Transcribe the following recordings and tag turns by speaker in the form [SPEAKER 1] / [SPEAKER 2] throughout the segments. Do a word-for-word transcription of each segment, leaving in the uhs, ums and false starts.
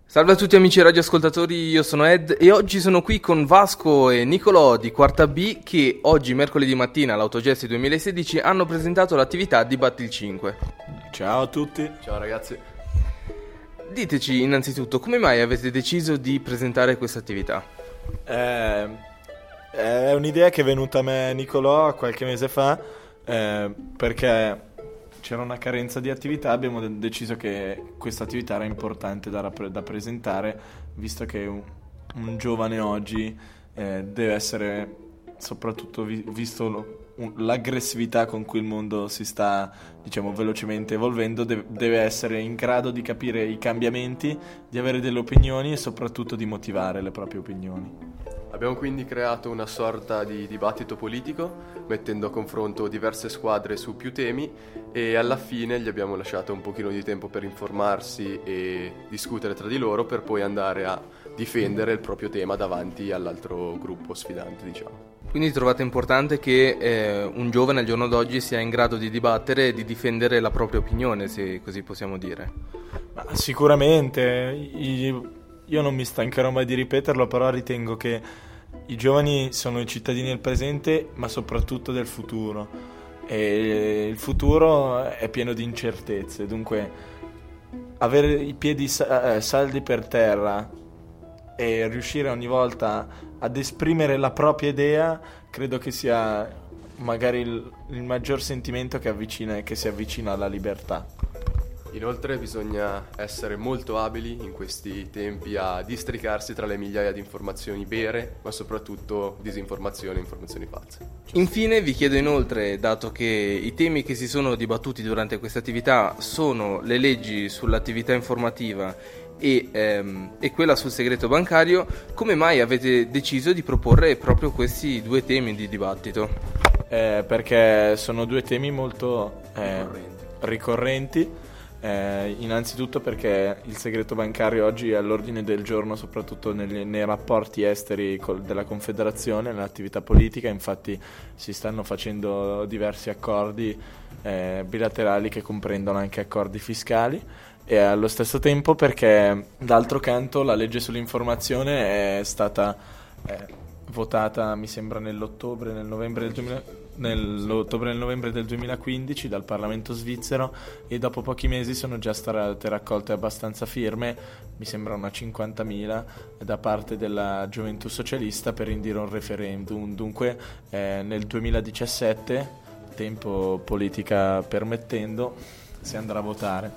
[SPEAKER 1] Salve a tutti amici radioascoltatori, io sono Ed e oggi sono qui con Vasco e Nicolò di Quarta B che oggi mercoledì mattina all'Autogesti duemilasedici hanno presentato l'attività Dibatti il cinque.
[SPEAKER 2] Ciao a tutti.
[SPEAKER 3] Ciao ragazzi.
[SPEAKER 1] Diteci innanzitutto come mai avete deciso di presentare questa attività?
[SPEAKER 2] Eh, è un'idea che è venuta a me Nicolò qualche mese fa eh, perché c'era una carenza di attività, abbiamo de- deciso che questa attività era importante da, rappre- da presentare, visto che un, un giovane oggi eh, deve essere, soprattutto vi- visto lo, un, l'aggressività con cui il mondo si sta, diciamo, velocemente evolvendo, de- deve essere in grado di capire i cambiamenti, di avere delle opinioni e soprattutto di motivare le proprie opinioni.
[SPEAKER 3] Abbiamo quindi creato una sorta di dibattito politico, mettendo a confronto diverse squadre su più temi e alla fine gli abbiamo lasciato un pochino di tempo per informarsi e discutere tra di loro per poi andare a difendere il proprio tema davanti all'altro gruppo sfidante, diciamo.
[SPEAKER 1] Quindi trovate importante che eh, un giovane al giorno d'oggi sia in grado di dibattere e di difendere la propria opinione, se così possiamo dire?
[SPEAKER 2] Ma sicuramente, io, io non mi stancherò mai di ripeterlo, però ritengo che i giovani sono i cittadini del presente, ma soprattutto del futuro. E il futuro è pieno di incertezze, dunque avere i piedi sa- saldi per terra e riuscire ogni volta ad esprimere la propria idea, credo che sia magari il, il maggior sentimento che avvicina, che si avvicina alla libertà.
[SPEAKER 3] Inoltre bisogna essere molto abili in questi tempi a districarsi tra le migliaia di informazioni vere, ma soprattutto disinformazioni e informazioni false.
[SPEAKER 1] Infine vi chiedo inoltre, dato che i temi che si sono dibattuti durante questa attività sono le leggi sull'attività informativa e, ehm, e quella sul segreto bancario, come mai avete deciso di proporre proprio questi due temi di dibattito?
[SPEAKER 2] Eh, perché sono due temi molto eh, ricorrenti. Eh, innanzitutto perché il segreto bancario oggi è all'ordine del giorno, soprattutto nei, nei rapporti esteri col, della Confederazione, nell'attività politica. Infatti si stanno facendo diversi accordi eh, bilaterali che comprendono anche accordi fiscali, e allo stesso tempo perché d'altro canto la legge sull'informazione è stata eh, votata, mi sembra, nell'ottobre, nel novembre del duemila nell'ottobre e nel novembre del duemilaquindici dal Parlamento svizzero, e dopo pochi mesi sono già state raccolte abbastanza firme, mi sembra una cinquantamila, da parte della gioventù socialista per indire un referendum. Dunque eh, nel duemiladiciassette, tempo politica permettendo, si andrà a votare.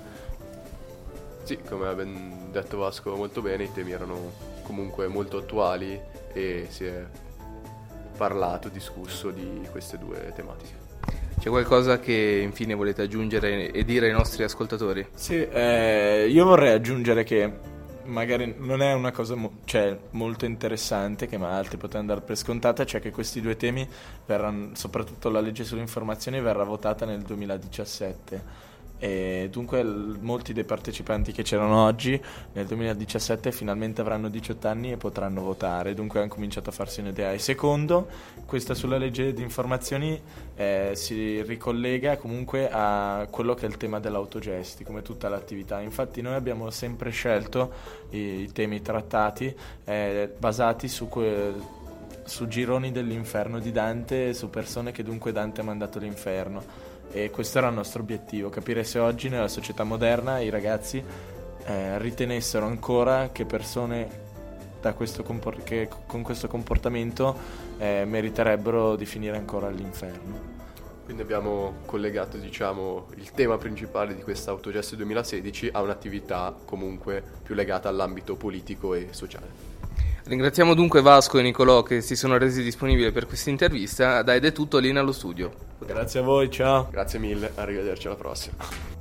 [SPEAKER 3] Sì, come ha ben detto Vasco molto bene, i temi erano comunque molto attuali e si è parlato, discusso di queste due tematiche.
[SPEAKER 1] C'è qualcosa che infine volete aggiungere e dire ai nostri ascoltatori?
[SPEAKER 2] Sì, eh, io vorrei aggiungere che magari non è una cosa mo- cioè, molto interessante, che ma altri potranno dare per scontata, cioè che questi due temi verranno, soprattutto la legge sull'informazione, verrà votata nel duemiladiciassette. E dunque l- molti dei partecipanti che c'erano oggi nel duemiladiciassette finalmente avranno diciotto anni e potranno votare, dunque hanno cominciato a farsi un'idea. E secondo, questa sulla legge di informazioni eh, si ricollega comunque a quello che è il tema dell'autogesti, come tutta l'attività. Infatti noi abbiamo sempre scelto i, i temi trattati eh, basati su que- su gironi dell'inferno di Dante, su persone che dunque Dante ha mandato all'inferno. E questo era il nostro obiettivo, capire se oggi nella società moderna i ragazzi eh, ritenessero ancora che persone da questo compor- che con questo comportamento eh, meriterebbero di finire ancora all'inferno.
[SPEAKER 3] Quindi abbiamo collegato, diciamo, il tema principale di questa Autogesti duemilasedici a un'attività comunque più legata all'ambito politico e sociale.
[SPEAKER 1] Ringraziamo dunque Vasco e Nicolò che si sono resi disponibili per questa intervista. Dai, ed è tutto, Lina allo studio.
[SPEAKER 2] Grazie a voi, ciao.
[SPEAKER 3] Grazie mille, arrivederci alla prossima.